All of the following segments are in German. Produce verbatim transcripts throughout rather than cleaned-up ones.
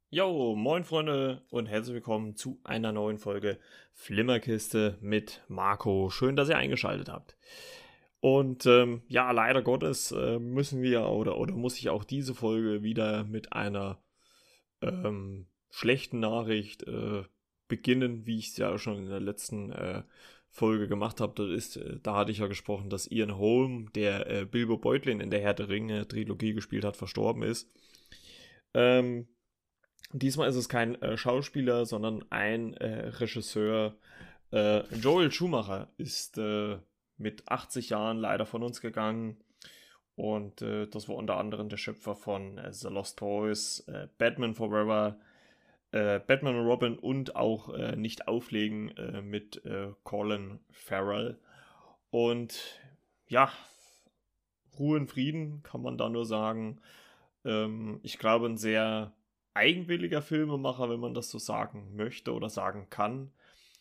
Jo, moin Freunde und herzlich willkommen zu einer neuen Folge Flimmerkiste mit Marco. Schön, dass ihr eingeschaltet habt. Und ähm, ja, leider Gottes äh, müssen wir oder, oder muss ich auch diese Folge wieder mit einer ähm, schlechten Nachricht äh, beginnen, wie ich es ja schon in der letzten äh, Folge gemacht habe. Das ist, äh, da hatte ich ja gesprochen, dass Ian Holm, der äh, Bilbo Beutlin in der Herr der Ringe Trilogie gespielt hat, verstorben ist. Ähm, Diesmal ist es kein äh, Schauspieler, sondern ein äh, Regisseur. Äh, Joel Schumacher ist äh, mit achtzig Jahren leider von uns gegangen. Und äh, das war unter anderem der Schöpfer von äh, The Lost Toys, äh, Batman Forever, äh, Batman und Robin und auch äh, Nicht auflegen äh, mit äh, Colin Farrell. Und ja, Ruhe in Frieden kann man da nur sagen. Ähm, ich glaube, ein sehr eigenwilliger Filmemacher, wenn man das so sagen möchte oder sagen kann,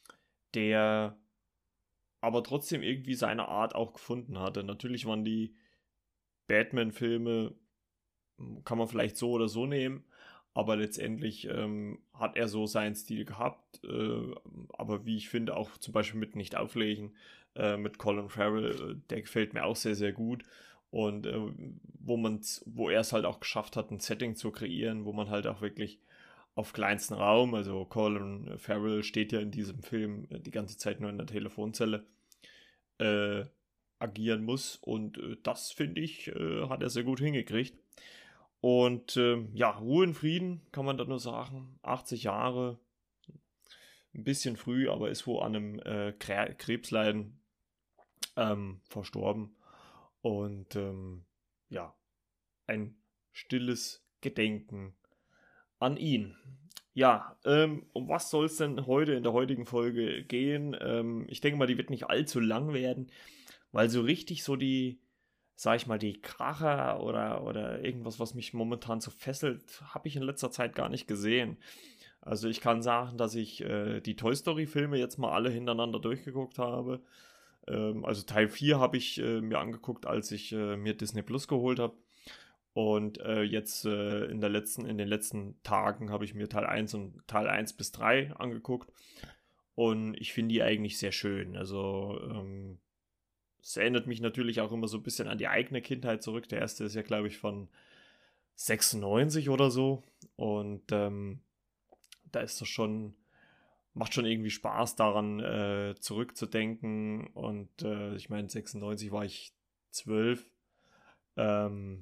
der aber trotzdem irgendwie seine Art auch gefunden hatte. Natürlich waren die Batman-Filme, kann man vielleicht so oder so nehmen, aber letztendlich ähm, hat er so seinen Stil gehabt, äh, aber wie ich finde, auch zum Beispiel mit Nicht auflegen, äh, mit Colin Farrell, äh, der gefällt mir auch sehr, sehr gut. Und äh, wo man wo er es halt auch geschafft hat, ein Setting zu kreieren, wo man halt auch wirklich auf kleinsten Raum, also Colin Farrell steht ja in diesem Film die ganze Zeit nur in der Telefonzelle, äh, agieren muss. Und äh, das, finde ich, äh, hat er sehr gut hingekriegt. Und ähm, ja, Ruhe in Frieden, kann man da nur sagen. achtzig Jahre, ein bisschen früh, aber ist wohl an einem äh, Krebsleiden ähm, verstorben. Und ähm, ja, ein stilles Gedenken an ihn. Ja, ähm, um was soll es denn heute in der heutigen Folge gehen? Ähm, ich denke mal, die wird nicht allzu lang werden, weil so richtig so die, sag ich mal, die Kracher oder, oder irgendwas, was mich momentan so fesselt, habe ich in letzter Zeit gar nicht gesehen. Also ich kann sagen, dass ich äh, die Toy Story-Filme jetzt mal alle hintereinander durchgeguckt habe. Ähm, also Teil vier habe ich äh, mir angeguckt, als ich äh, mir Disney Plus geholt habe. Und äh, jetzt äh, in, der letzten, in den letzten Tagen habe ich mir Teil eins und Teil eins bis drei angeguckt. Und ich finde die eigentlich sehr schön. Also ähm, es erinnert mich natürlich auch immer so ein bisschen an die eigene Kindheit zurück. Der erste ist ja, glaube ich, von sechsundneunzig oder so. Und ähm, da ist das schon, macht schon irgendwie Spaß daran, äh, zurückzudenken. Und äh, ich meine, sechsundneunzig war ich zwölf. Ähm,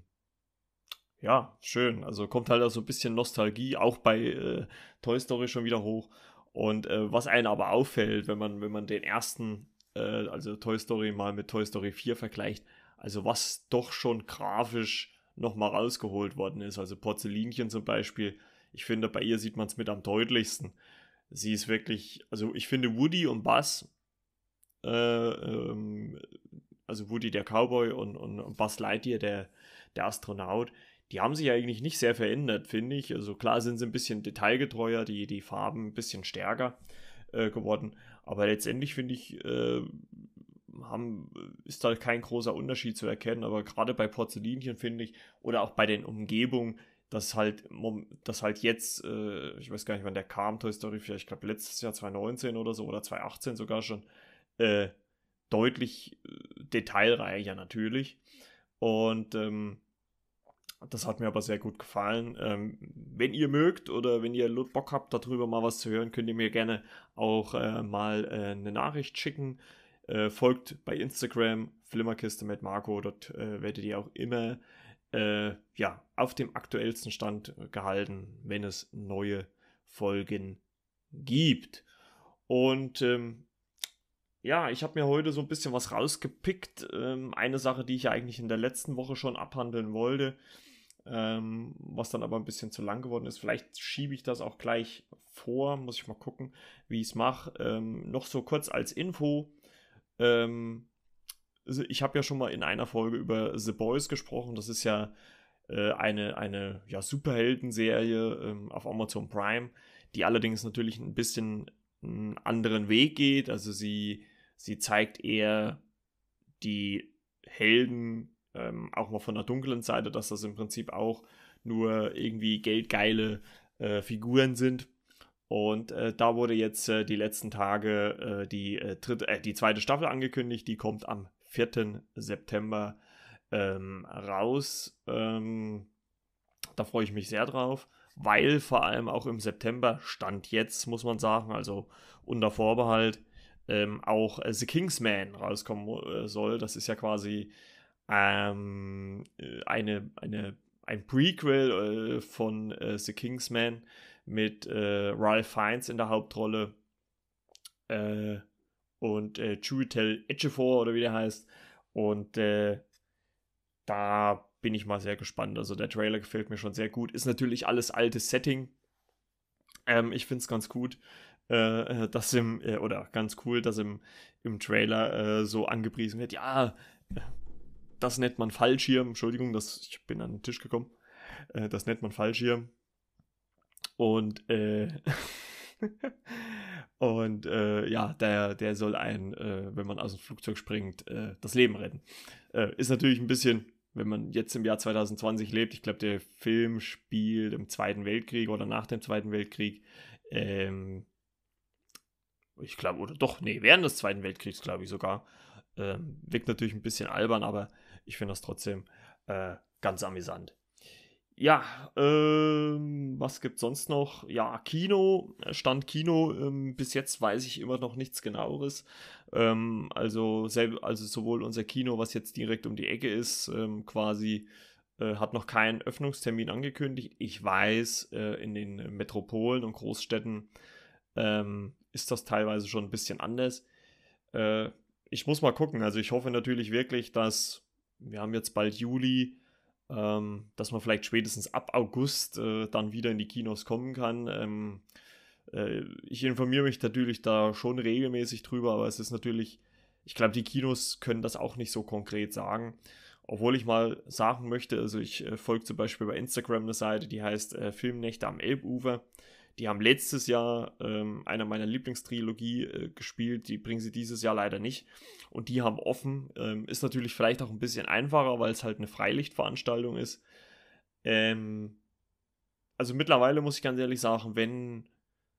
ja, schön. Also kommt halt auch so ein bisschen Nostalgie, auch bei äh, Toy Story schon wieder hoch. Und äh, was einem aber auffällt, wenn man, wenn man den ersten, äh, also Toy Story mal mit Toy Story vier vergleicht, also was doch schon grafisch nochmal rausgeholt worden ist. Also Porzellinchen zum Beispiel, ich finde, bei ihr sieht man es mit am deutlichsten. Sie ist wirklich, also ich finde Woody und Buzz, äh, ähm, also Woody der Cowboy und, und Buzz Lightyear der, der Astronaut, die haben sich eigentlich nicht sehr verändert, finde ich. Also klar sind sie ein bisschen detailgetreuer, die, die Farben ein bisschen stärker äh, geworden, aber letztendlich finde ich, äh, haben, ist da kein großer Unterschied zu erkennen, aber gerade bei Porzellinchen finde ich, oder auch bei den Umgebungen, dass halt, dass halt jetzt, äh, ich weiß gar nicht, wann der kam, Toy Story vier, ich glaube letztes Jahr zwanzig neunzehn oder so, oder zwanzig achtzehn sogar schon, äh, deutlich äh, detailreicher natürlich. Und ähm, das hat mir aber sehr gut gefallen. Ähm, wenn ihr mögt oder wenn ihr Bock habt, darüber mal was zu hören, könnt ihr mir gerne auch äh, mal äh, eine Nachricht schicken. Äh, folgt bei Instagram Flimmerkiste mit Marco. Dort äh, werdet ihr auch immer äh, ja, auf dem aktuellsten Stand gehalten, wenn es neue Folgen gibt. Und ähm, ja, ich habe mir heute so ein bisschen was rausgepickt. Ähm, eine Sache, die ich ja eigentlich in der letzten Woche schon abhandeln wollte, ähm, was dann aber ein bisschen zu lang geworden ist. Vielleicht schiebe ich das auch gleich vor, muss ich mal gucken, wie ich es mache. Ähm, noch so kurz als Info. Ähm, also ich habe ja schon mal in einer Folge über The Boys gesprochen. Das ist ja äh, eine, eine ja, Superhelden-Serie ähm, auf Amazon Prime, die allerdings natürlich ein bisschen einen anderen Weg geht. Also sie, sie zeigt eher die Helden ähm, auch mal von der dunklen Seite, dass das im Prinzip auch nur irgendwie geldgeile äh, Figuren sind. Und äh, da wurde jetzt äh, die letzten Tage äh, die, äh, dritte, äh, die zweite Staffel angekündigt. Die kommt am vierten September ähm, raus. Ähm, da freue ich mich sehr drauf, weil vor allem auch im September, Stand jetzt, muss man sagen, also unter Vorbehalt, ähm, auch äh, The Kingsman rauskommen äh, soll. Das ist ja quasi ähm, äh, eine, eine, ein Prequel äh, von äh, The Kingsman mit äh, Ralph Fiennes in der Hauptrolle äh, und äh, Chiwetel Ejiofor oder wie der heißt. Und äh, da bin ich mal sehr gespannt. Also der Trailer gefällt mir schon sehr gut. Ist natürlich alles altes Setting. Ähm, ich finde es ganz gut, äh, dass im, äh, oder ganz cool, dass im, im Trailer äh, so angepriesen wird. Ja, das nennt man Fallschirm. Entschuldigung, das, ich bin an den Tisch gekommen. Äh, das nennt man Fallschirm. Und, äh, und äh, ja, der, der soll einen, äh, wenn man aus dem Flugzeug springt, äh, das Leben retten. Äh, ist natürlich ein bisschen, wenn man jetzt im Jahr zwanzig zwanzig lebt, ich glaube, der Film spielt im Zweiten Weltkrieg oder nach dem Zweiten Weltkrieg. Ähm, ich glaube, oder doch, nee, während des Zweiten Weltkriegs, glaube ich sogar. Ähm, wirkt natürlich ein bisschen albern, aber ich finde das trotzdem äh, ganz amüsant. Ja, ähm, was gibt's sonst noch? Ja, Kino, Stand Kino, ähm, bis jetzt weiß ich immer noch nichts Genaueres. Ähm, also, selb, also sowohl unser Kino, was jetzt direkt um die Ecke ist, ähm, quasi, äh, hat noch keinen Öffnungstermin angekündigt. Ich weiß, äh, in den Metropolen und Großstädten ähm, ist das teilweise schon ein bisschen anders. Äh, ich muss mal gucken. Also ich hoffe natürlich wirklich, dass wir haben jetzt bald Juli, ähm, dass man vielleicht spätestens ab August äh, dann wieder in die Kinos kommen kann. Ähm, äh, ich informiere mich natürlich da schon regelmäßig drüber, aber es ist natürlich, ich glaube, die Kinos können das auch nicht so konkret sagen. Obwohl ich mal sagen möchte, also ich äh, folge zum Beispiel bei Instagram eine Seite, die heißt äh, Filmnächte am Elbufer. Die haben letztes Jahr ähm, einer meiner Lieblingstrilogie äh, gespielt, die bringen sie dieses Jahr leider nicht. Und die haben offen. Ähm, ist natürlich vielleicht auch ein bisschen einfacher, weil es halt eine Freilichtveranstaltung ist. Ähm, also mittlerweile muss ich ganz ehrlich sagen, wenn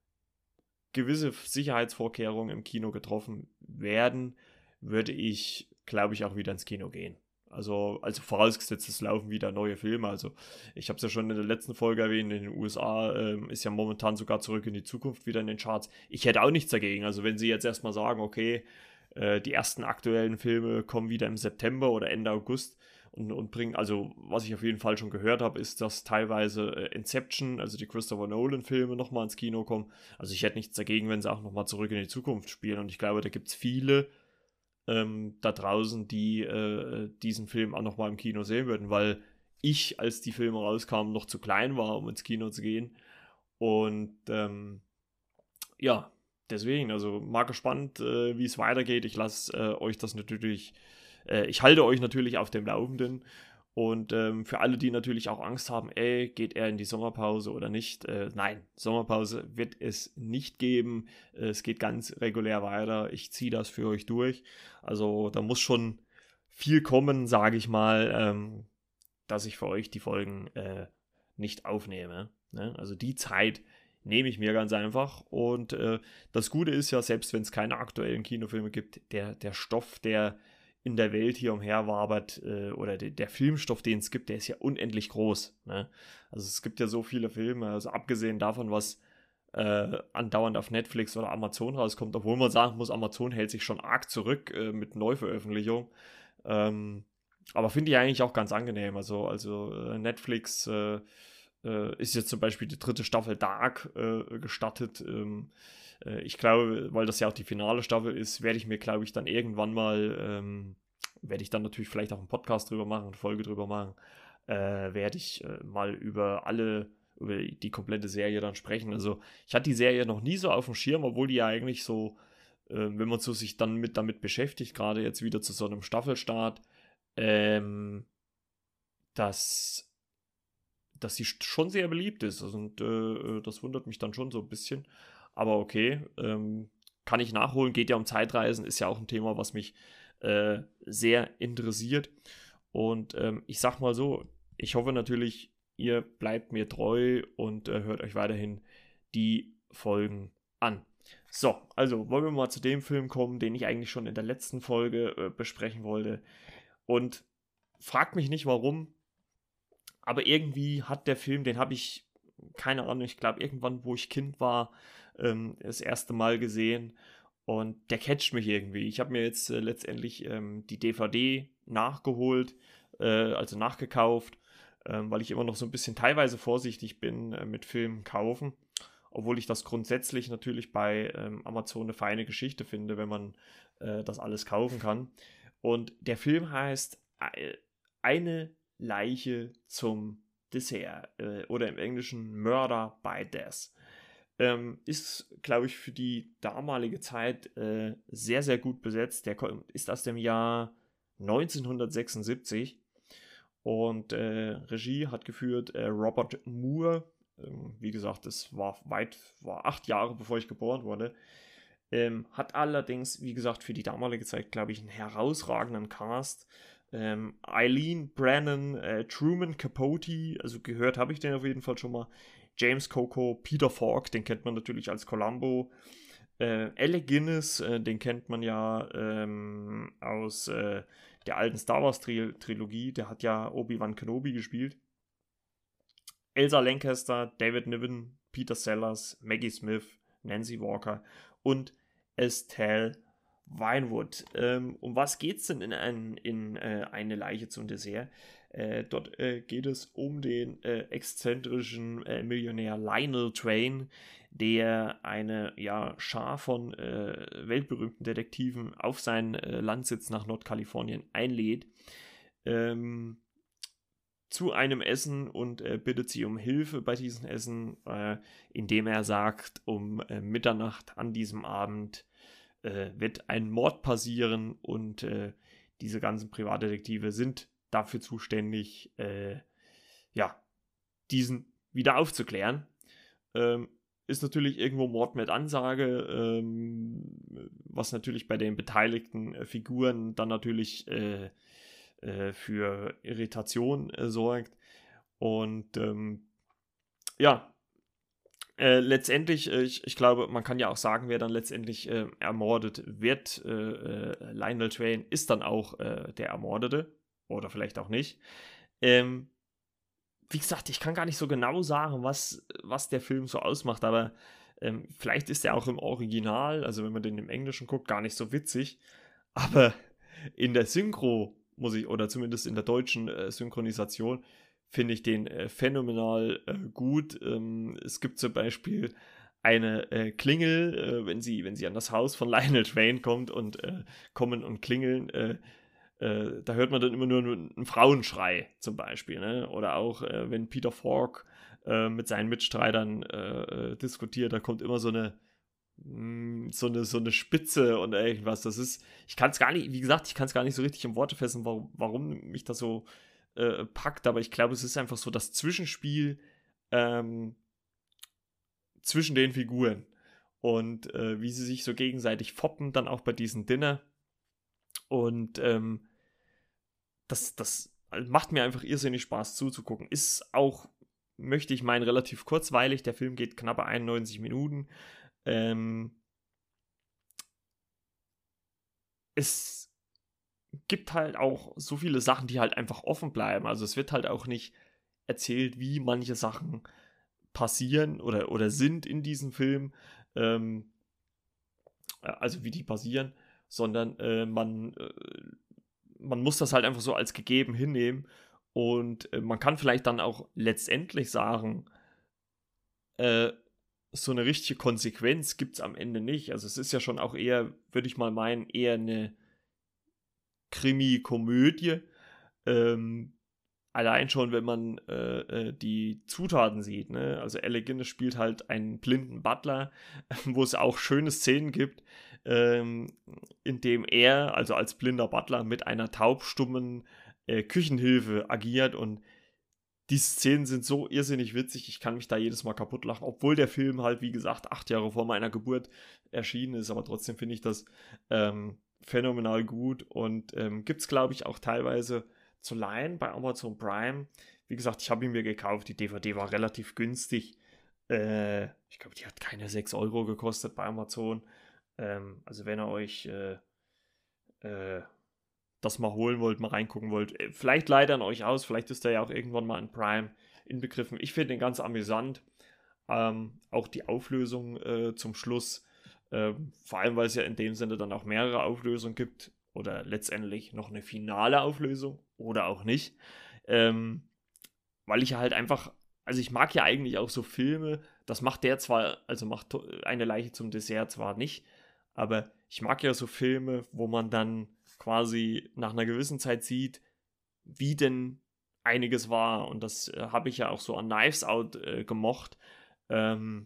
gewisse Sicherheitsvorkehrungen im Kino getroffen werden, würde ich, glaube ich, auch wieder ins Kino gehen. Also, also vorausgesetzt, es laufen wieder neue Filme. Also, ich habe es ja schon in der letzten Folge erwähnt, in den U S A ähm, ist ja momentan sogar Zurück in die Zukunft wieder in den Charts. Ich hätte auch nichts dagegen. Also, wenn sie jetzt erstmal sagen, okay, äh, die ersten aktuellen Filme kommen wieder im September oder Ende August und, und bringen, also was ich auf jeden Fall schon gehört habe, ist, dass teilweise äh, Inception, also die Christopher Nolan-Filme, nochmal ins Kino kommen. Also ich hätte nichts dagegen, wenn sie auch nochmal Zurück in die Zukunft spielen. Und ich glaube, da gibt es viele ähm, da draußen, die äh, diesen Film auch nochmal im Kino sehen würden, weil ich, als die Filme rauskamen, noch zu klein war, um ins Kino zu gehen. Und ähm, ja, deswegen, also mal gespannt, äh, wie es weitergeht. Ich lasse äh, euch das natürlich, äh, ich halte euch natürlich auf dem Laufenden. Und ähm, für alle, die natürlich auch Angst haben, ey, geht er in die Sommerpause oder nicht? Äh, nein, Sommerpause wird es nicht geben. Äh, es geht ganz regulär weiter. Ich ziehe das für euch durch. Also da muss schon viel kommen, sage ich mal, ähm, dass ich für euch die Folgen äh, nicht aufnehme. Ne? Also die Zeit nehme ich mir ganz einfach. Und äh, das Gute ist ja, selbst wenn es keine aktuellen Kinofilme gibt, der, der Stoff, der in der Welt hier umherwabert, äh, oder de, der Filmstoff, den es gibt, der ist ja unendlich groß. Ne? Also es gibt ja so viele Filme, also abgesehen davon, was äh, andauernd auf Netflix oder Amazon rauskommt, obwohl man sagen muss, Amazon hält sich schon arg zurück äh, mit Neuveröffentlichung. Ähm, aber finde ich eigentlich auch ganz angenehm. Also, also äh, Netflix äh, äh, ist jetzt zum Beispiel die dritte Staffel Dark äh, gestattet. Ähm, äh, ich glaube, weil das ja auch die finale Staffel ist, werde ich mir, glaube ich, dann irgendwann mal, ähm, werde ich dann natürlich vielleicht auch einen Podcast drüber machen, eine Folge drüber machen, äh, werde ich äh, mal über alle, über die komplette Serie dann sprechen. Also ich hatte die Serie noch nie so auf dem Schirm, obwohl die ja eigentlich so, äh, wenn man so sich dann mit damit beschäftigt, gerade jetzt wieder zu so einem Staffelstart, ähm, dass dass sie schon sehr beliebt ist. Und äh, das wundert mich dann schon so ein bisschen. Aber okay, ähm, kann ich nachholen. Geht ja um Zeitreisen, ist ja auch ein Thema, was mich äh, sehr interessiert. Und ähm, ich sag mal so, ich hoffe natürlich, ihr bleibt mir treu und äh, hört euch weiterhin die Folgen an. So, also wollen wir mal zu dem Film kommen, den ich eigentlich schon in der letzten Folge äh, besprechen wollte. Und fragt mich nicht warum, aber irgendwie hat der Film, den habe ich, keine Ahnung, ich glaube irgendwann, wo ich Kind war, ähm, das erste Mal gesehen. Und der catcht mich irgendwie. Ich habe mir jetzt äh, letztendlich ähm, die D V D nachgeholt, äh, also nachgekauft, ähm, weil ich immer noch so ein bisschen teilweise vorsichtig bin äh, mit Filmen kaufen. Obwohl ich das grundsätzlich natürlich bei ähm, Amazon eine feine Geschichte finde, wenn man äh, das alles kaufen kann. Und der Film heißt äh, Eine Leiche zum Dessert äh, oder im Englischen Murder by Death. Ähm, ist, glaube ich, für die damalige Zeit äh, sehr, sehr gut besetzt. Der ist aus dem Jahr neunzehnhundertsechsundsiebzig und äh, Regie hat geführt äh, Robert Moore. Ähm, wie gesagt, das war weit, war acht Jahre bevor ich geboren wurde. Ähm, hat allerdings, wie gesagt, für die damalige Zeit, glaube ich, einen herausragenden Cast. Ähm, Eileen Brennan, äh, Truman Capote, also gehört habe ich den auf jeden Fall schon mal. James Coco, Peter Falk, den kennt man natürlich als Columbo. Äh, Alec Guinness, äh, den kennt man ja ähm, aus äh, der alten Star Wars Tril- Trilogie. Der hat ja Obi-Wan Kenobi gespielt. Elsa Lancaster, David Niven, Peter Sellers, Maggie Smith, Nancy Walker und Estelle Winewood. Ähm, um was geht es denn in, ein, in äh, Eine Leiche zum Dessert? Äh, dort äh, geht es um den äh, exzentrischen äh, Millionär Lionel Twain, der eine ja, Schar von äh, weltberühmten Detektiven auf seinen äh, Landsitz nach Nordkalifornien einlädt. Ähm, zu einem Essen und äh, bittet sie um Hilfe bei diesem Essen, äh, indem er sagt, um äh, Mitternacht an diesem Abend äh, wird ein Mord passieren und äh, diese ganzen Privatdetektive sind dafür zuständig, äh, ja, diesen wieder aufzuklären. Ähm, ist natürlich irgendwo Mord mit Ansage, ähm, was natürlich bei den beteiligten äh, Figuren dann natürlich äh, äh, für Irritation äh, sorgt. Und ähm, ja, äh, letztendlich, äh, ich, ich glaube, man kann ja auch sagen, wer dann letztendlich äh, ermordet wird. Äh, äh, Lionel Twain ist dann auch äh, der Ermordete. Oder vielleicht auch nicht. Ähm, wie gesagt, ich kann gar nicht so genau sagen, was, was der Film so ausmacht, aber ähm, vielleicht ist er auch im Original, also wenn man den im Englischen guckt, gar nicht so witzig. Aber in der Synchro muss ich, oder zumindest in der deutschen äh, Synchronisation, finde ich den äh, phänomenal äh, gut. Ähm, es gibt zum Beispiel eine äh, Klingel, äh, wenn sie, wenn sie an das Haus von Lionel Twain kommt und äh, kommen und klingeln, äh, äh, da hört man dann immer nur einen Frauenschrei zum Beispiel. Ne? Oder auch, äh, wenn Peter Falk äh, mit seinen Mitstreitern äh, äh, diskutiert, da kommt immer so eine so eine, so eine Spitze und irgendwas. Das ist, ich kann es gar nicht, wie gesagt, ich kann es gar nicht so richtig in Worte fassen, warum, warum mich das so äh, packt, aber ich glaube, es ist einfach so das Zwischenspiel ähm, zwischen den Figuren und äh, wie sie sich so gegenseitig foppen, dann auch bei diesem Dinner. Und ähm, das, das macht mir einfach irrsinnig Spaß zuzugucken. Ist auch, möchte ich meinen, relativ kurzweilig. Der Film geht knappe einundneunzig Minuten. Ähm, es gibt halt auch so viele Sachen, die halt einfach offen bleiben. Also es wird halt auch nicht erzählt, wie manche Sachen passieren oder, oder sind in diesem Film, ähm, also wie die passieren, sondern äh, man, äh, man muss das halt einfach so als gegeben hinnehmen und äh, man kann vielleicht dann auch letztendlich sagen, äh, so eine richtige Konsequenz gibt es am Ende nicht. Also es ist ja schon auch eher, würde ich mal meinen, eher eine Krimi-Komödie. Ähm, allein schon, wenn man äh, äh, die Zutaten sieht. Ne? Also Alec Guinness spielt halt einen blinden Butler, wo es auch schöne Szenen gibt, ähm, in dem er, also als blinder Butler, mit einer taubstummen äh, Küchenhilfe agiert und die Szenen sind so irrsinnig witzig, ich kann mich da jedes Mal kaputt lachen, obwohl der Film halt, wie gesagt, acht Jahre vor meiner Geburt erschienen ist, aber trotzdem finde ich das ähm, phänomenal gut und ähm, gibt es, glaube ich, auch teilweise zu leihen bei Amazon Prime. wie gesagt, ich habe ihn mir gekauft. Die D V D war relativ günstig. Äh, ich glaube, die hat keine sechs Euro gekostet bei Amazon. Ähm, also wenn ihr euch äh, äh, das mal holen wollt, mal reingucken wollt, äh, vielleicht leiht er euch aus, vielleicht ist er ja auch irgendwann mal in Prime inbegriffen. Ich finde den ganz amüsant. Ähm, auch die Auflösung äh, zum Schluss, äh, vor allem weil es ja in dem Sinne dann auch mehrere Auflösungen gibt oder letztendlich noch eine finale Auflösung oder auch nicht. Ähm, weil ich halt einfach, also ich mag ja eigentlich auch so Filme, das macht der zwar, also macht Eine Leiche zum Dessert zwar nicht, aber ich mag ja so Filme, wo man dann quasi nach einer gewissen Zeit sieht, wie denn einiges war. Und das äh, habe ich ja auch so an Knives Out äh, gemocht, ähm,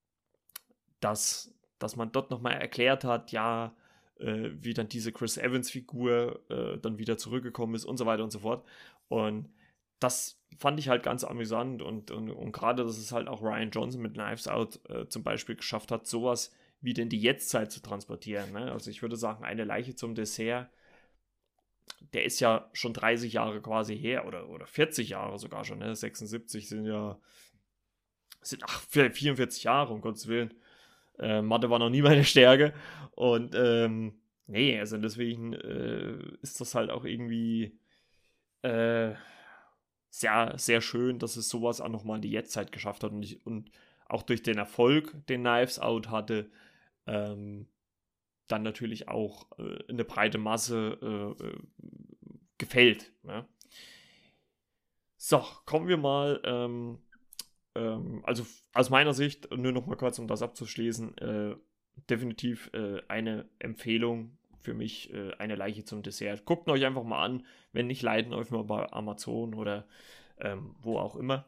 dass, dass man dort nochmal erklärt hat, ja, äh, wie dann diese Chris Evans-Figur äh, dann wieder zurückgekommen ist und so weiter und so fort. Und das fand ich halt ganz amüsant und, und, und gerade, dass es halt auch Ryan Johnson mit Knives Out äh, zum Beispiel geschafft hat, sowas wie denn die Jetztzeit zu transportieren. Ne? Also ich würde sagen, Eine Leiche zum Dessert, der ist ja schon dreißig Jahre quasi her oder, oder vierzig Jahre sogar schon. Ne? sechsundsiebzig sind ja sind ach, vierundvierzig Jahre, um Gottes Willen. Äh, Mathe war noch nie meine Stärke. Und ähm, nee, also deswegen äh, ist das halt auch irgendwie äh, sehr, sehr schön, dass es sowas auch nochmal in die Jetztzeit geschafft hat. Und, ich, und auch durch den Erfolg, den Knives Out hatte, ähm, dann natürlich auch äh, eine breite Masse äh, äh, gefällt. Ne? So, kommen wir mal ähm, ähm, also aus meiner Sicht, nur noch mal kurz, um das abzuschließen, äh, definitiv äh, eine Empfehlung für mich, äh, Eine Leiche zum Dessert. Guckt euch einfach mal an, wenn nicht, leiten euch mal bei Amazon oder ähm, wo auch immer.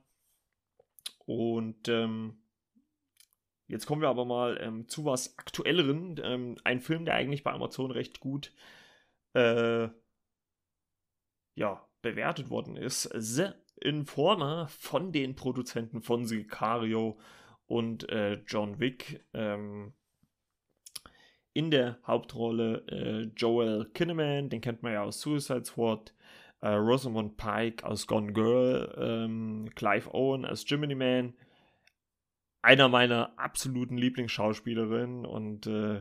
Und ähm, jetzt kommen wir aber mal ähm, zu was Aktuelleren. Ähm, ein Film, der eigentlich bei Amazon recht gut äh, ja, bewertet worden ist. The Informer von den Produzenten von Sicario und äh, John Wick. Ähm, in der Hauptrolle äh, Joel Kinnaman, den kennt man ja aus Suicide Squad, äh, Rosamund Pike aus Gone Girl, ähm, Clive Owen als Jiminy Man, einer meiner absoluten Lieblingsschauspielerinnen und äh,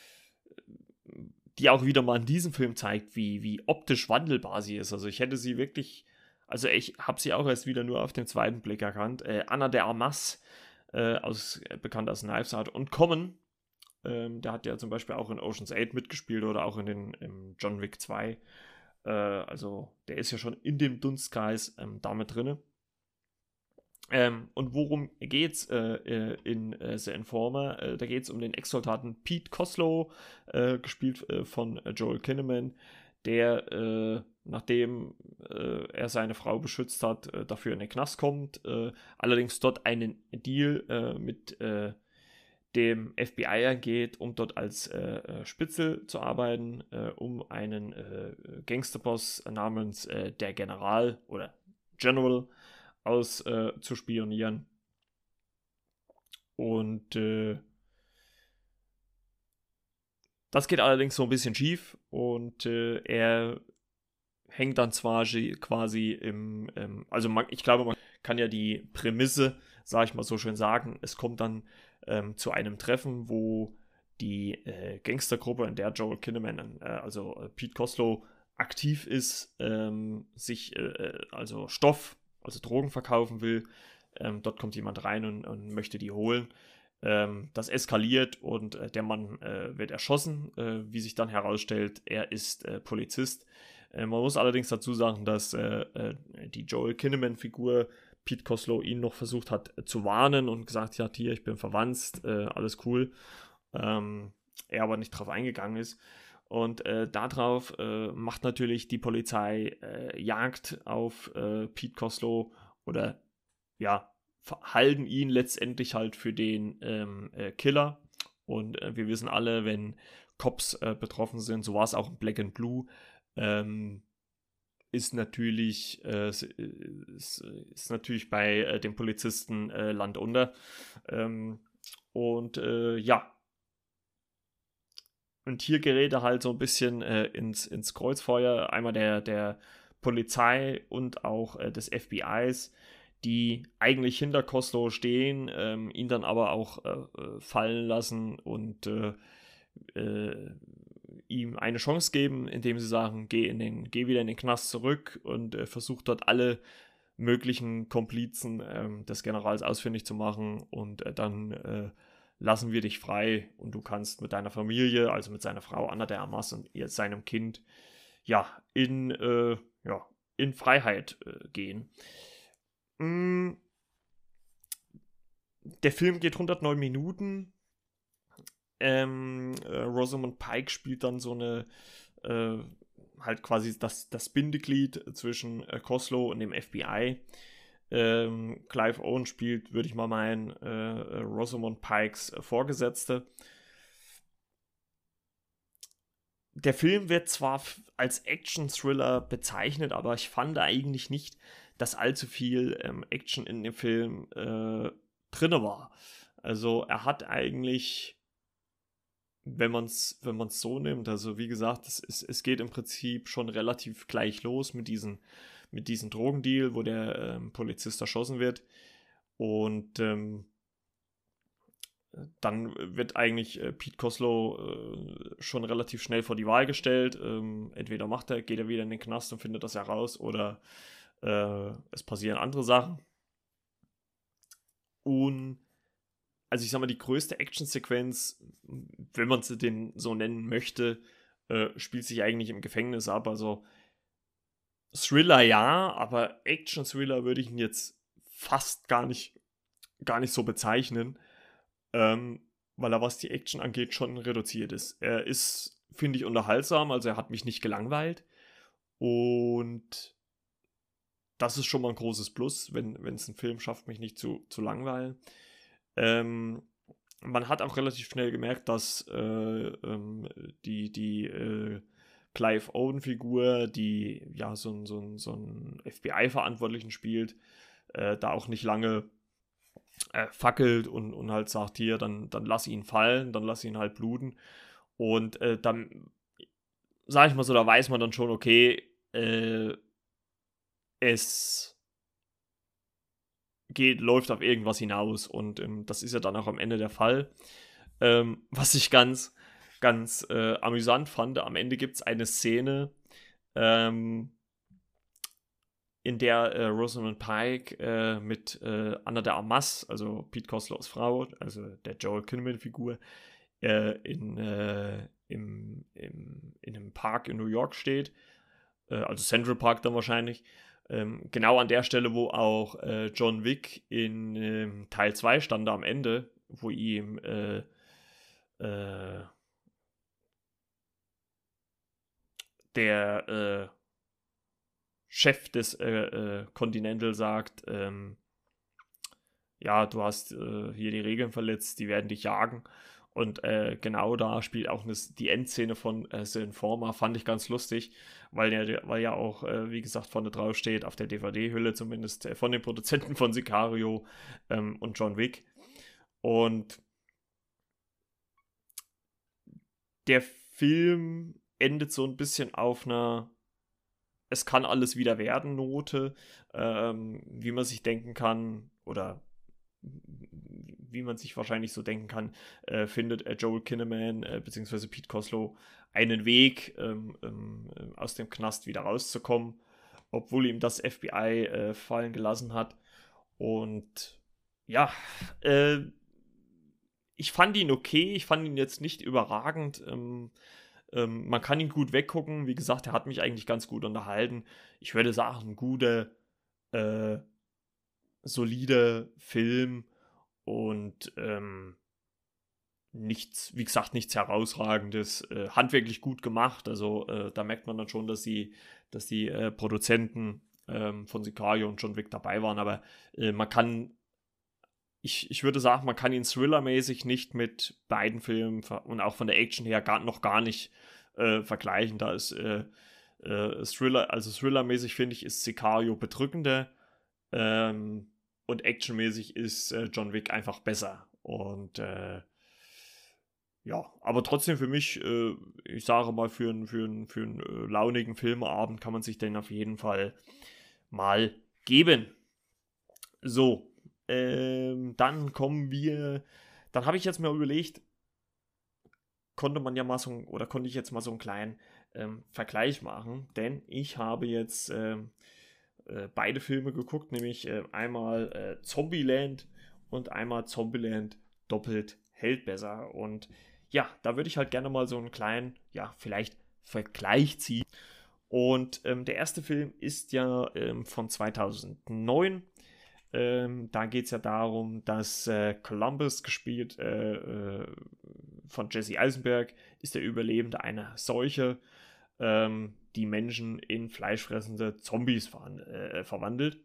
die auch wieder mal in diesem Film zeigt, wie, wie optisch wandelbar sie ist. Also ich hätte sie wirklich, also ich habe sie auch erst wieder nur auf den zweiten Blick erkannt. Äh, Anna de Armas, äh, aus, äh, bekannt als Knives Out, und Common, ähm, der hat ja zum Beispiel auch in Ocean's Eight mitgespielt oder auch in den im John Wick zwei. Äh, also der ist ja schon in dem Dunstkreis ähm, damit drinne. Ähm, und worum geht's äh, äh, in äh, The Informer? Äh, da geht es um den Ex-Soldaten Pete Coslow, äh, gespielt äh, von Joel Kinnaman, der, äh, nachdem äh, er seine Frau beschützt hat, äh, dafür in den Knast kommt, äh, allerdings dort einen Deal äh, mit äh, dem F B I eingeht, um dort als äh, äh, Spitzel zu arbeiten, äh, um einen äh, Gangsterboss namens äh, der General oder General aus äh, zu spionieren. Und äh, das geht allerdings so ein bisschen schief und äh, er hängt dann zwar quasi im, ähm, also man, ich glaube, man kann ja die Prämisse, sag ich mal so schön sagen, es kommt dann ähm, zu einem Treffen, wo die äh, Gangstergruppe, in der Joel Kinnaman, äh, also äh, Pete Coslow, aktiv ist, ähm, sich äh, äh, also Stoff, also Drogen verkaufen will. Ähm, dort kommt jemand rein und, und möchte die holen. Ähm, das eskaliert und äh, der Mann äh, wird erschossen. Äh, wie sich dann herausstellt, er ist äh, Polizist. Äh, man muss allerdings dazu sagen, dass äh, äh, die Joel Kinnaman-Figur Pete Coslow ihn noch versucht hat äh, zu warnen und gesagt hat, hier, ich bin verwandt, äh, alles cool. Ähm, er aber nicht drauf eingegangen ist. Und äh, darauf äh, macht natürlich die Polizei äh, Jagd auf äh, Pete Coslow oder ja, halten ihn letztendlich halt für den ähm, äh, Killer. Und äh, wir wissen alle, wenn Cops äh, betroffen sind, so war es auch in Black and Blue, ähm, ist natürlich, äh, ist, ist natürlich bei äh, den Polizisten äh, Land unter. Ähm, und äh, ja, und hier gerät er halt so ein bisschen äh, ins, ins Kreuzfeuer. Einmal der, der Polizei und auch äh, des F B Is, die eigentlich hinter Koslow stehen, ähm, ihn dann aber auch äh, fallen lassen und äh, äh, ihm eine Chance geben, indem sie sagen, geh, in den, geh wieder in den Knast zurück und äh, versuch dort alle möglichen Komplizen ähm, des Generals ausfindig zu machen und äh, dann äh, lassen wir dich frei und du kannst mit deiner Familie, also mit seiner Frau Ana de Armas und ihr, seinem Kind, ja, in, äh, ja, in Freiheit äh, gehen. Mm, der Film geht hundertneun Minuten. Ähm, äh, Rosamund Pike spielt dann so eine, äh, halt quasi das, das Bindeglied zwischen äh, Koslow und dem F B I. Ähm, Clive Owen spielt, würde ich mal meinen, äh, Rosamund Pikes äh, Vorgesetzte. Der Film wird zwar f- als Action-Thriller bezeichnet, aber ich fand eigentlich nicht, dass allzu viel ähm, Action in dem Film äh, drin war. Also er hat eigentlich, wenn man es wenn man's so nimmt, also wie gesagt, es, es, es geht im Prinzip schon relativ gleich los mit diesem mit diesem Drogendeal, wo der ähm, Polizist erschossen wird. Und ähm, dann wird eigentlich äh, Pete Koslow äh, schon relativ schnell vor die Wahl gestellt. Ähm, entweder macht er, geht er wieder in den Knast und findet das heraus, oder äh, es passieren andere Sachen. Und also ich sag mal, die größte Actionsequenz, wenn man sie den so nennen möchte, äh, spielt sich eigentlich im Gefängnis ab. Also Thriller ja, aber Action-Thriller würde ich ihn jetzt fast gar nicht, gar nicht so bezeichnen. Ähm, weil er, was die Action angeht, schon reduziert ist. Er ist, finde ich, unterhaltsam, also er hat mich nicht gelangweilt. Und das ist schon mal ein großes Plus, wenn wenn es ein Film schafft, mich nicht zu, zu langweilen. Ähm, man hat auch relativ schnell gemerkt, dass äh, ähm, die, die äh, Clive Owen-Figur, die ja so einen so so ein F B I-Verantwortlichen spielt, äh, da auch nicht lange äh, fackelt und, und halt sagt, hier, dann, dann lass ihn fallen, dann lass ihn halt bluten. Und äh, dann, sag ich mal so, da weiß man dann schon, okay, äh, es geht, läuft auf irgendwas hinaus. Und ähm, das ist ja dann auch am Ende der Fall. Ähm, was ich ganz, ganz äh, amüsant fand, am Ende gibt es eine Szene, ähm, in der äh, Rosamund Pike äh, mit äh, Ana de Armas, also Pete Koslows Frau, also der Joel Kinnaman-Figur, äh, in, äh, im, im, in einem Park in New York steht, äh, also Central Park dann wahrscheinlich, ähm, genau an der Stelle, wo auch äh, John Wick in ähm, Teil zwei stand am Ende, wo ihm äh, äh, der äh, Chef des äh, äh, Continental sagt, ähm, ja, du hast äh, hier die Regeln verletzt, die werden dich jagen. Und äh, genau da spielt auch eine, die Endszene von äh, The Informer, fand ich ganz lustig, weil ja, weil ja auch, äh, wie gesagt, vorne drauf steht, auf der D V D-Hülle zumindest, äh, von den Produzenten von Sicario ähm, und John Wick. Und der Film endet so ein bisschen auf einer Es kann alles wieder werden Note, ähm, wie man sich denken kann, oder wie man sich wahrscheinlich so denken kann, äh, findet äh, Joel Kinnaman äh, bzw. Pete Koslow einen Weg, ähm, ähm, äh, aus dem Knast wieder rauszukommen, obwohl ihm das F B I äh, fallen gelassen hat. Und ja, äh, ich fand ihn okay, ich fand ihn jetzt nicht überragend. Ähm, ähm, man kann ihn gut weggucken. Wie gesagt, er hat mich eigentlich ganz gut unterhalten. Ich würde sagen, ein guter, äh, solider Film und ähm, nichts, wie gesagt, nichts Herausragendes, äh, handwerklich gut gemacht. Also äh, da merkt man dann schon, dass die, dass die äh, Produzenten ähm, von Sicario und John Wick dabei waren. Aber äh, man kann, ich, ich würde sagen, man kann ihn thrillermäßig nicht mit beiden Filmen und auch von der Action her gar, noch gar nicht äh, vergleichen. Da ist äh, äh, Thriller, also thrillermäßig finde ich, ist Sicario bedrückender. Ähm, und actionmäßig ist äh, John Wick einfach besser. Und äh, ja, aber trotzdem für mich äh, ich sage mal, für, einen- für, einen- für einen äh, launigen Filmabend kann man sich den auf jeden Fall mal geben. So, ähm, dann kommen wir, dann habe ich jetzt mal überlegt, konnte man ja mal so, oder konnte ich jetzt mal so einen kleinen ähm, Vergleich machen, denn ich habe jetzt ähm, äh, beide Filme geguckt, nämlich äh, einmal äh, Zombieland und einmal Zombieland doppelt hält besser. Und ja, da würde ich halt gerne mal so einen kleinen, ja, vielleicht Vergleich ziehen. Und ähm, der erste Film ist ja ähm, von zweitausendneun. Ähm, da geht es ja darum, dass äh, Columbus, gespielt äh, äh, von Jesse Eisenberg, ist der Überlebende einer Seuche, ähm, die Menschen in fleischfressende Zombies ver äh, verwandelt.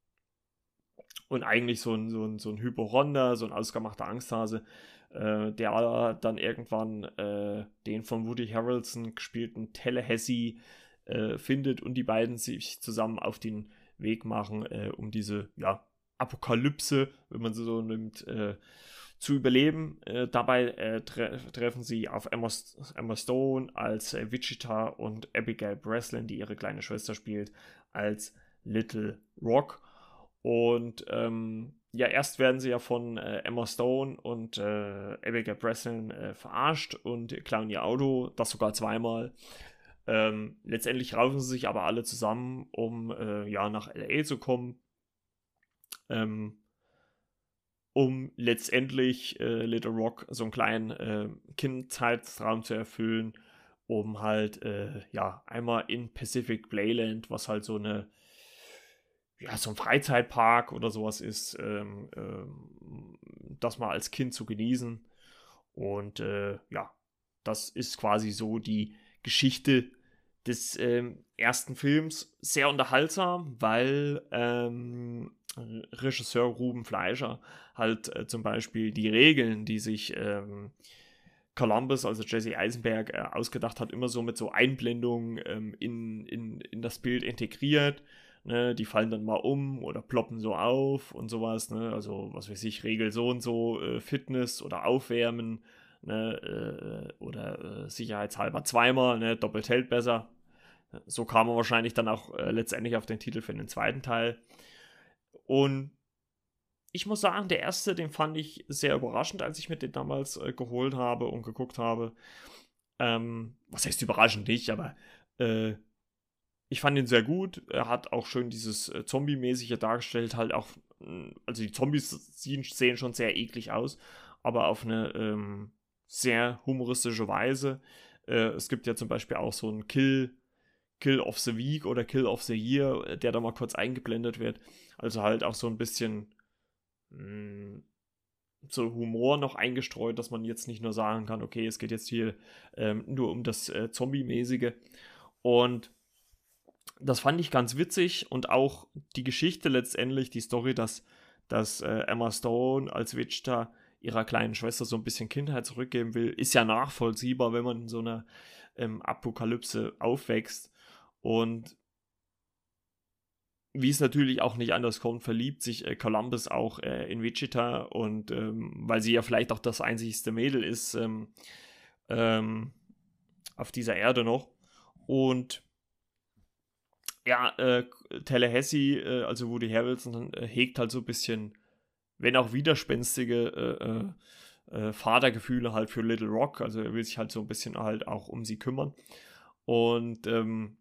Und eigentlich so ein, so ein, so ein Hypochonder, so ein ausgemachter Angsthase, äh, der dann irgendwann äh, den von Woody Harrelson gespielten Tallahassee äh, findet und die beiden sich zusammen auf den Weg machen, äh, um diese ja, Apokalypse, wenn man sie so nimmt, äh, zu überleben. Äh, dabei äh, tre treffen sie auf Emma, Emma Stone als äh, Wichita und Abigail Breslin, die ihre kleine Schwester spielt, als Little Rock. Und ähm, ja, erst werden sie ja von äh, Emma Stone und äh, Abigail Breslin äh, verarscht und klauen ihr Auto, das sogar zweimal. Ähm, letztendlich raufen sie sich aber alle zusammen, um äh, ja, nach L A zu kommen. Ähm, um letztendlich äh, Little Rock so einen kleinen äh, Kindheitstraum zu erfüllen, um halt äh, ja einmal in Pacific Playland, was halt so eine ja so ein Freizeitpark oder sowas ist, ähm, ähm, das mal als Kind zu genießen. Und äh, ja, das ist quasi so die Geschichte des ähm, ersten Films. Sehr unterhaltsam, weil ähm, Regisseur Ruben Fleischer halt äh, zum Beispiel die Regeln, die sich ähm, Columbus, also Jesse Eisenberg, äh, ausgedacht hat, immer so mit so Einblendungen ähm, in, in, in das Bild integriert. Ne? Die fallen dann mal um oder ploppen so auf und sowas. Ne? Also, was weiß ich, Regel so und so, äh, Fitness oder Aufwärmen. Ne? Äh, oder äh, sicherheitshalber zweimal, ne? Doppelt hält besser. So kam er wahrscheinlich dann auch äh, letztendlich auf den Titel für den zweiten Teil. Und ich muss sagen, der erste, den fand ich sehr überraschend, als ich mir den damals äh, geholt habe und geguckt habe. Ähm, was heißt überraschend nicht, aber äh, ich fand ihn sehr gut. Er hat auch schön dieses äh, Zombie-mäßige dargestellt, halt auch, mh, also die Zombies sehen, sehen schon sehr eklig aus, aber auf eine ähm, sehr humoristische Weise. Äh, es gibt ja zum Beispiel auch so einen Kill, Kill of the Week oder Kill of the Year, äh, der da mal kurz eingeblendet wird. Also halt auch so ein bisschen mh, so Humor noch eingestreut, dass man jetzt nicht nur sagen kann, okay, es geht jetzt hier ähm, nur um das äh, Zombie-mäßige. Und das fand ich ganz witzig und auch die Geschichte letztendlich, die Story, dass, dass äh, Emma Stone als Wichita ihrer kleinen Schwester so ein bisschen Kindheit zurückgeben will, ist ja nachvollziehbar, wenn man in so einer ähm, Apokalypse aufwächst. Und wie es natürlich auch nicht anders kommt, verliebt sich äh, Columbus auch äh, in Wichita und ähm, weil sie ja vielleicht auch das einzigste Mädel ist ähm, ähm, auf dieser Erde noch. Und ja, äh, Tallahassee, äh, also Woody Harrelson, äh, hegt halt so ein bisschen, wenn auch widerspenstige äh, äh, äh, Vatergefühle halt für Little Rock. Also er will sich halt so ein bisschen halt auch um sie kümmern. Und ähm,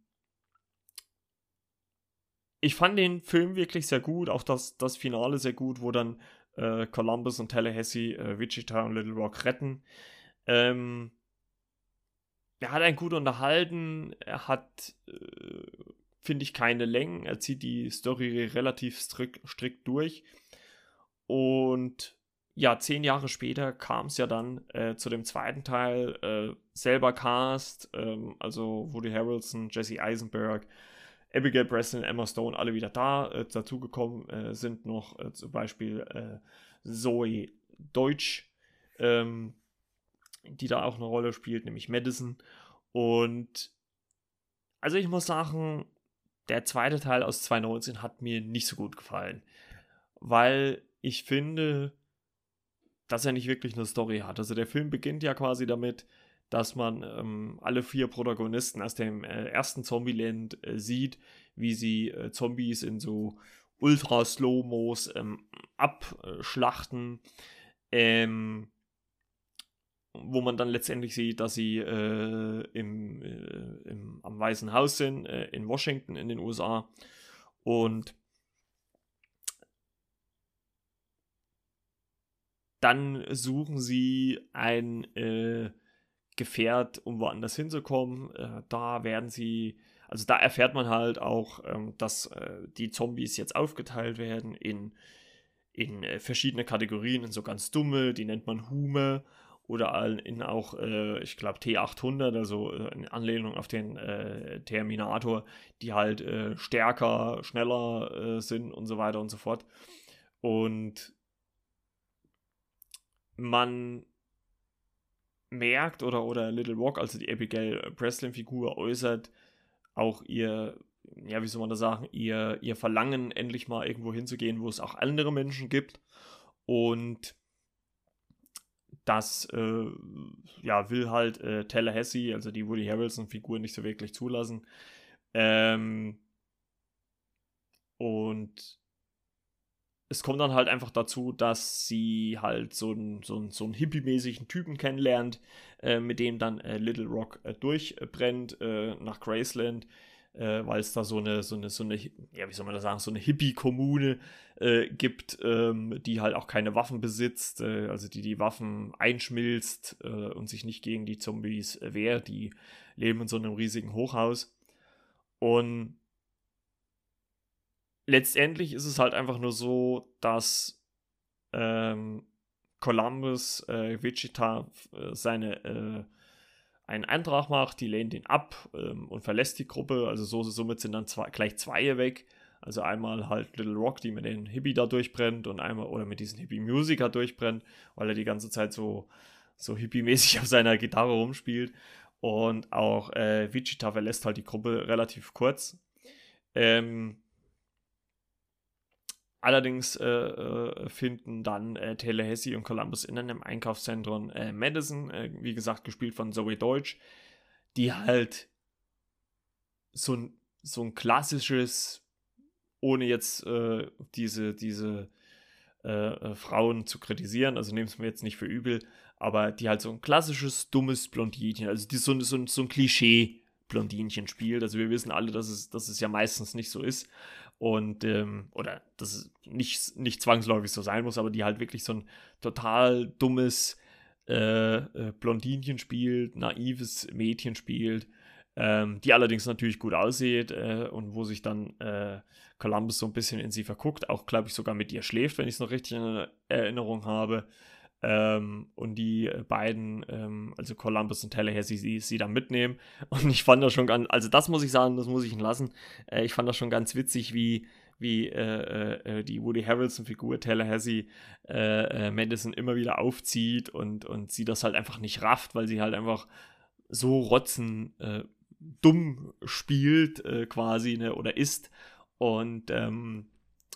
ich fand den Film wirklich sehr gut, auch das, das Finale sehr gut, wo dann äh, Columbus und Tallahassee äh, Wichita und Little Rock retten. Ähm, er hat einen gut unterhalten, er hat, äh, finde ich, keine Längen, er zieht die Story relativ strikt, strikt durch. Und ja, zehn Jahre später kam es ja dann äh, zu dem zweiten Teil, äh, selber Cast, ähm, also Woody Harrelson, Jesse Eisenberg, Abigail Breslin, Emma Stone, alle wieder da. Äh, dazugekommen äh, sind noch äh, zum Beispiel äh, Zoe Deutsch, ähm, die da auch eine Rolle spielt, nämlich Madison. Und also ich muss sagen, der zweite Teil aus zweitausendneunzehn hat mir nicht so gut gefallen, weil ich finde, dass er nicht wirklich eine Story hat. Also der Film beginnt ja quasi damit, dass man ähm, alle vier Protagonisten aus dem äh, ersten Zombieland äh, sieht, wie sie äh, Zombies in so Ultra-Slow-Mos ähm, abschlachten, ähm, wo man dann letztendlich sieht, dass sie äh, im, äh, im, am Weißen Haus sind, äh, in Washington in den U S A. Und dann suchen sie ein äh, Gefährt, um woanders hinzukommen. Äh, da werden sie, also da erfährt man halt auch, ähm, dass äh, die Zombies jetzt aufgeteilt werden in, in äh, verschiedene Kategorien, in so ganz dumme, die nennt man Hume, oder in auch, äh, ich glaube, T achthundert, also äh, in Anlehnung auf den äh, Terminator, die halt äh, stärker, schneller äh, sind und so weiter und so fort. Und man merkt oder, oder Little Rock, also die Abigail Breslin-Figur, äußert auch ihr, ja, wie soll man das sagen, ihr, ihr Verlangen, endlich mal irgendwo hinzugehen, wo es auch andere Menschen gibt. Und das äh, ja, will halt äh, Tallahassee, also die Woody Harrelson-Figur, nicht so wirklich zulassen. Ähm, und es kommt dann halt einfach dazu, dass sie halt so einen so so einen hippie-mäßigen Typen kennenlernt, äh, mit dem dann äh, Little Rock äh, durchbrennt äh, nach Graceland, äh, weil es da so eine, so eine, so eine, ja, wie soll man das sagen, so eine Hippie-Kommune äh, gibt, ähm, die halt auch keine Waffen besitzt, äh, also die die Waffen einschmilzt äh, und sich nicht gegen die Zombies äh, wehrt. Die leben in so einem riesigen Hochhaus. Und letztendlich ist es halt einfach nur so, dass ähm, Columbus äh, Wichita äh, seine äh, einen Antrag macht, die lehnt ihn ab ähm, und verlässt die Gruppe. Also so, somit sind dann zwei, gleich zwei weg. Also einmal halt Little Rock, die mit den Hippie da durchbrennt, und einmal oder mit diesen Hippie-Musiker durchbrennt, weil er die ganze Zeit so, so hippie-mäßig auf seiner Gitarre rumspielt. Und auch äh, Wichita verlässt halt die Gruppe relativ kurz. Ähm, Allerdings äh, äh, finden dann äh, Tallahassee und Columbus in einem Einkaufszentrum äh, Madison, äh, wie gesagt, gespielt von Zoe Deutsch, die halt so ein, so ein klassisches, ohne jetzt äh, diese, diese äh, äh, Frauen zu kritisieren, also nehmt es mir jetzt nicht für übel, aber die halt so ein klassisches, dummes Blondinchen, also die so, so, so ein Klischee-Blondinchen spielt. Also wir wissen alle, dass es, dass es ja meistens nicht so ist. Und, ähm, oder dass es nicht, nicht zwangsläufig so sein muss, aber die halt wirklich so ein total dummes äh, äh, Blondinchen spielt, naives Mädchen spielt, ähm, die allerdings natürlich gut aussieht äh, und wo sich dann äh, Columbus so ein bisschen in sie verguckt, auch glaube ich sogar mit ihr schläft, wenn ich es noch richtig in Erinnerung habe. Ähm, und die beiden, ähm, also Columbus und Tallahassee, sie, sie da mitnehmen. Und ich fand das schon ganz, also das muss ich sagen, das muss ich ihn lassen. Äh, ich fand das schon ganz witzig, wie, wie äh, äh, die Woody Harrelson-Figur Tallahassee äh, äh, Madison immer wieder aufzieht und, und sie das halt einfach nicht rafft, weil sie halt einfach so rotzen äh, dumm spielt, äh, quasi, ne, oder ist. Und ähm,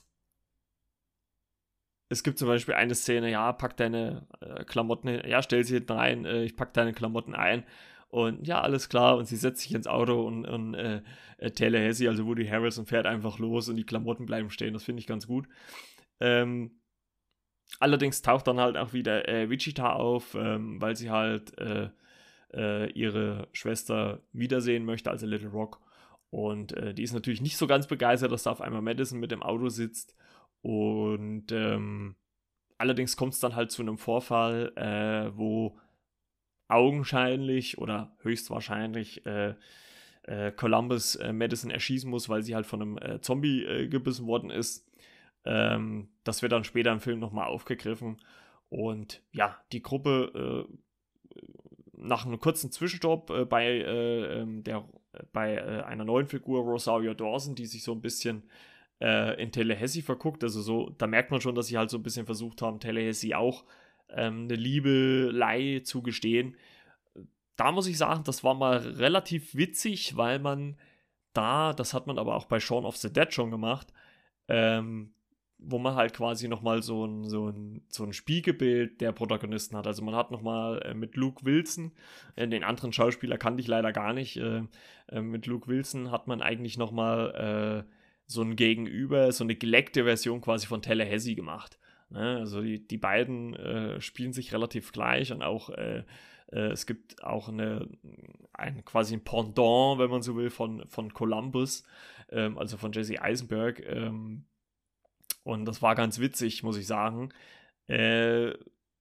es gibt zum Beispiel eine Szene, ja, pack deine äh, Klamotten, hin- ja, stell sie hinten rein, äh, ich pack deine Klamotten ein. Und ja, alles klar. Und sie setzt sich ins Auto und, und äh, äh, Tallahassee, also Woody Harrelson, fährt einfach los und die Klamotten bleiben stehen. Das finde ich ganz gut. Ähm, allerdings taucht dann halt auch wieder äh, Wichita auf, ähm, weil sie halt äh, äh, ihre Schwester wiedersehen möchte, also Little Rock. Und äh, die ist natürlich nicht so ganz begeistert, dass da auf einmal Madison mit dem Auto sitzt. Und ähm, allerdings kommt es dann halt zu einem Vorfall, äh, wo augenscheinlich oder höchstwahrscheinlich äh, äh, Columbus äh, Madison erschießen muss, weil sie halt von einem äh, Zombie äh, gebissen worden ist. Ähm, das wird dann später im Film nochmal aufgegriffen. Und ja, die Gruppe äh, nach einem kurzen Zwischenstopp äh, bei, äh, ähm, der, bei äh, einer neuen Figur, Rosario Dawson, die sich so ein bisschen äh, in Tallahassee verguckt. Also so, da merkt man schon, dass sie halt so ein bisschen versucht haben, Tallahassee auch ähm, eine Liebelei zu gestehen. Da muss ich sagen, das war mal relativ witzig, weil man da, das hat man aber auch bei Shaun of the Dead schon gemacht, ähm, wo man halt quasi nochmal so ein, so, ein, so ein Spiegelbild der Protagonisten hat. Also man hat nochmal äh, mit Luke Wilson, äh, den anderen Schauspieler kannte ich leider gar nicht, äh, äh, mit Luke Wilson hat man eigentlich nochmal äh, so ein Gegenüber, so eine geleckte Version quasi von Tallahassee gemacht. Ne? Also die, die beiden äh, spielen sich relativ gleich und auch äh, äh, es gibt auch eine, ein, quasi ein Pendant, wenn man so will, von, von Columbus, ähm, also von Jesse Eisenberg, ähm, und das war ganz witzig, muss ich sagen. Äh,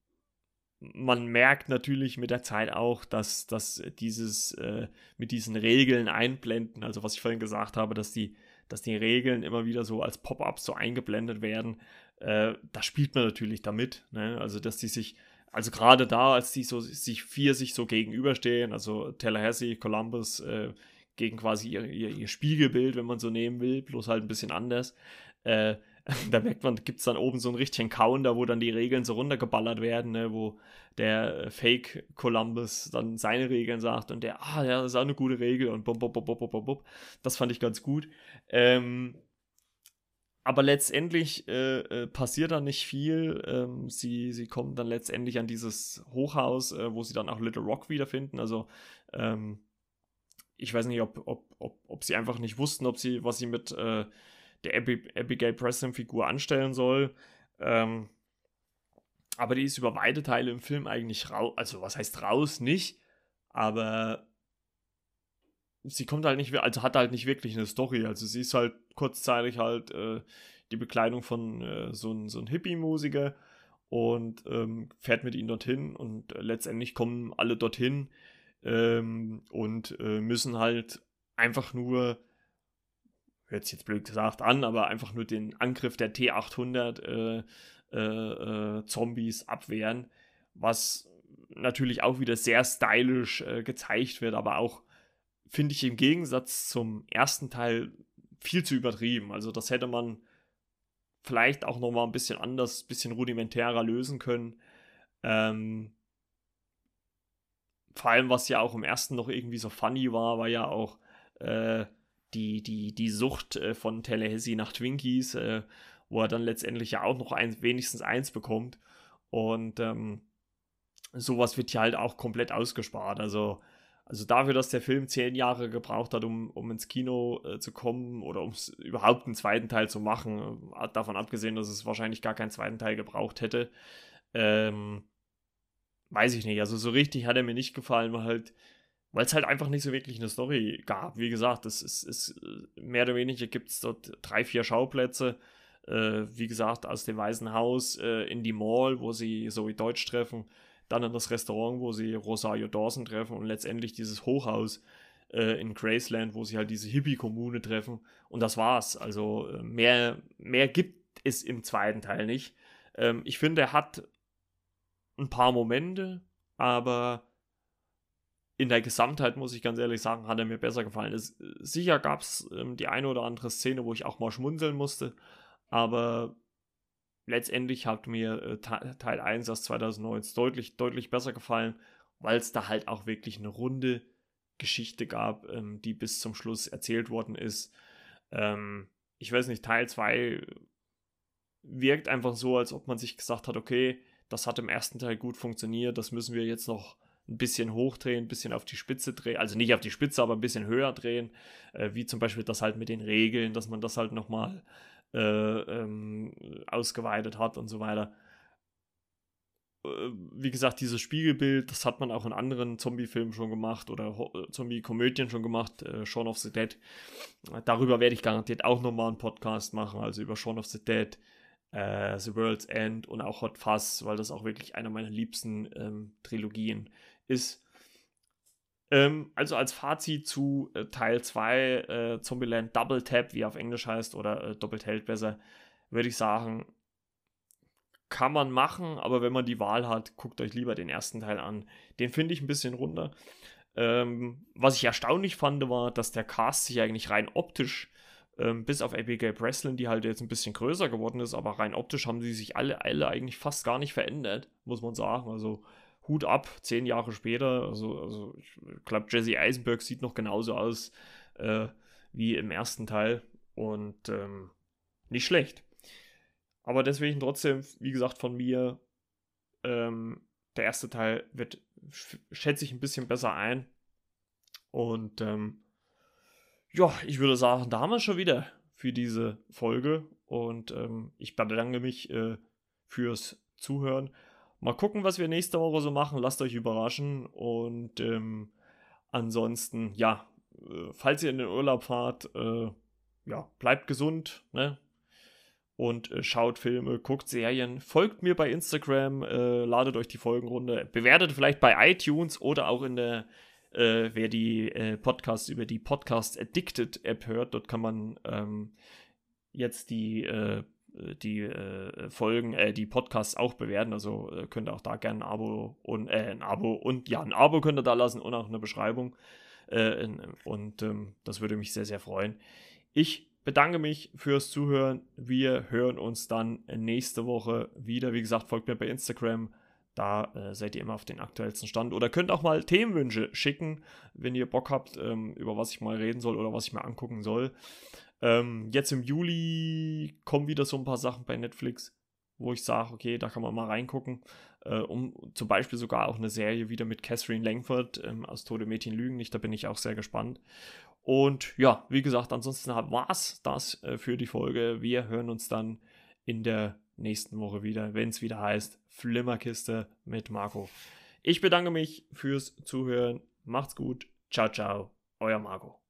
Man merkt natürlich mit der Zeit auch, dass, dass dieses äh, mit diesen Regeln einblenden, also was ich vorhin gesagt habe, dass die, dass die Regeln immer wieder so als Pop-ups so eingeblendet werden, äh, da spielt man natürlich damit. Ne? Also dass die sich, also gerade da, als die so sich vier sich so gegenüberstehen, also Tallahassee, Columbus äh, gegen quasi ihr, ihr, ihr Spiegelbild, wenn man so nehmen will, bloß halt ein bisschen anders. Äh, Da merkt man, gibt es dann oben so einen richtigen Counter, wo dann die Regeln so runtergeballert werden, ne, wo der Fake Columbus dann seine Regeln sagt und der, ah, ja, das ist auch eine gute Regel und bum, bum, bum, bum, bum, bum. Das fand ich ganz gut. Ähm, aber letztendlich äh, äh, passiert da nicht viel. Ähm, sie, sie kommen dann letztendlich an dieses Hochhaus, äh, wo sie dann auch Little Rock wiederfinden. Also, ähm, ich weiß nicht, ob, ob, ob, ob sie einfach nicht wussten, ob sie, was sie mit äh, der Abi- Abigail Breslin-Figur anstellen soll. Ähm, aber die ist über weite Teile im Film eigentlich raus. Also, was heißt raus? Nicht. Aber sie kommt halt nicht, also hat halt nicht wirklich eine Story. Also, sie ist halt kurzzeitig halt äh, die Bekleidung von äh, so einem so ein Hippie-Musiker und ähm, fährt mit ihnen dorthin und äh, letztendlich kommen alle dorthin ähm, und äh, müssen halt einfach nur, hört sich jetzt blöd gesagt an, aber einfach nur den Angriff der T achthundert äh, äh, äh, Zombies abwehren, was natürlich auch wieder sehr stylisch äh, gezeigt wird, aber auch, finde ich, im Gegensatz zum ersten Teil viel zu übertrieben. Also das hätte man vielleicht auch nochmal ein bisschen anders, ein bisschen rudimentärer lösen können. Ähm, Vor allem, was ja auch im ersten noch irgendwie so funny war, war ja auch äh, die, die, die Sucht äh, von Tallahassee nach Twinkies, äh, wo er dann letztendlich ja auch noch ein, wenigstens eins bekommt. Und ähm, sowas wird ja halt auch komplett ausgespart. Also, also dafür, dass der Film zehn Jahre gebraucht hat, um, um ins Kino äh, zu kommen oder um überhaupt einen zweiten Teil zu machen, äh, davon abgesehen, dass es wahrscheinlich gar keinen zweiten Teil gebraucht hätte, ähm, weiß ich nicht. Also so richtig hat er mir nicht gefallen, weil halt, weil es halt einfach nicht so wirklich eine Story gab. Wie gesagt, es ist, ist mehr oder weniger gibt es dort drei, vier Schauplätze. Äh, wie gesagt, aus dem Weißen Haus äh, in die Mall, wo sie Zoe Deutsch treffen, dann in das Restaurant, wo sie Rosario Dawson treffen und letztendlich dieses Hochhaus äh, in Graceland, wo sie halt diese Hippie-Kommune treffen. Und das war's. Also äh, mehr, mehr gibt es im zweiten Teil nicht. Ähm, ich finde, er hat ein paar Momente, aber in der Gesamtheit, muss ich ganz ehrlich sagen, hat er mir besser gefallen. Es, sicher gab es ähm, die eine oder andere Szene, wo ich auch mal schmunzeln musste, aber letztendlich hat mir äh, Teil eins aus zweitausendneun deutlich, deutlich besser gefallen, weil es da halt auch wirklich eine runde Geschichte gab, ähm, die bis zum Schluss erzählt worden ist. Ähm, Ich weiß nicht, Teil zwei wirkt einfach so, als ob man sich gesagt hat, okay, das hat im ersten Teil gut funktioniert, das müssen wir jetzt noch ein bisschen hochdrehen, ein bisschen auf die Spitze drehen, also nicht auf die Spitze, aber ein bisschen höher drehen, äh, wie zum Beispiel das halt mit den Regeln, dass man das halt nochmal äh, ähm, ausgeweitet hat und so weiter. Äh, Wie gesagt, dieses Spiegelbild, das hat man auch in anderen Zombie-Filmen schon gemacht oder äh, Zombie-Komödien schon gemacht, äh, Shaun of the Dead. Darüber werde ich garantiert auch nochmal einen Podcast machen, also über Shaun of the Dead, äh, The World's End und auch Hot Fuzz, weil das auch wirklich eine meiner liebsten ähm, Trilogien ist. Ähm, also als Fazit zu äh, Teil zwei, äh, Zombieland Double Tap, wie er auf Englisch heißt, oder äh, doppelt hält besser, würde ich sagen, kann man machen, aber wenn man die Wahl hat, guckt euch lieber den ersten Teil an. Den finde ich ein bisschen runter. Ähm, was ich erstaunlich fand, war, dass der Cast sich eigentlich rein optisch, ähm, bis auf Abigail Breslin, die halt jetzt ein bisschen größer geworden ist, aber rein optisch haben sie sich alle, alle eigentlich fast gar nicht verändert, muss man sagen. Also Hut ab, zehn Jahre später. Also, also ich glaube, Jesse Eisenberg sieht noch genauso aus äh, wie im ersten Teil und ähm, nicht schlecht. aber deswegen trotzdem, wie gesagt, von mir, ähm, der erste Teil wird, schätze ich, ein bisschen besser ein. Und ähm, ja, ich würde sagen, da haben wir es schon wieder für diese Folge. Und ähm, ich bedanke mich äh, fürs Zuhören. Mal gucken, was wir nächste Woche so machen. Lasst euch überraschen. Und ähm, ansonsten, ja, äh, falls ihr in den Urlaub fahrt, äh, ja, bleibt gesund, ne? Und äh, schaut Filme, guckt Serien, folgt mir bei Instagram, äh, ladet euch die Folgen runter, bewertet vielleicht bei iTunes oder auch in der, äh, wer die äh, Podcasts über die Podcast Addicted App hört, dort kann man ähm, jetzt die, äh, die äh, Folgen, äh, die Podcasts auch bewerten, also äh, könnt ihr auch da gerne ein Abo und, äh, ein Abo und, ja, ein Abo könnt ihr da lassen und auch eine Beschreibung äh, in, und ähm, das würde mich sehr, sehr freuen. Ich bedanke mich fürs Zuhören. Wir hören uns dann nächste Woche wieder. Wie gesagt, folgt mir bei Instagram. Da äh, seid ihr immer auf den aktuellsten Stand. Oder könnt auch mal Themenwünsche schicken, wenn ihr Bock habt, ähm, über was ich mal reden soll oder was ich mir angucken soll. Ähm, jetzt im Juli kommen wieder so ein paar Sachen bei Netflix, wo ich sage, okay, da kann man mal reingucken. Äh, um zum Beispiel sogar auch eine Serie wieder mit Catherine Langford ähm, aus Tote Mädchen lügen nicht. Da bin ich auch sehr gespannt. Und ja, wie gesagt, ansonsten war es das äh, für die Folge. Wir hören uns dann in der nächsten Woche wieder, wenn es wieder heißt Flimmerkiste mit Marco. Ich bedanke mich fürs Zuhören. Macht's gut. Ciao, ciao. Euer Marco.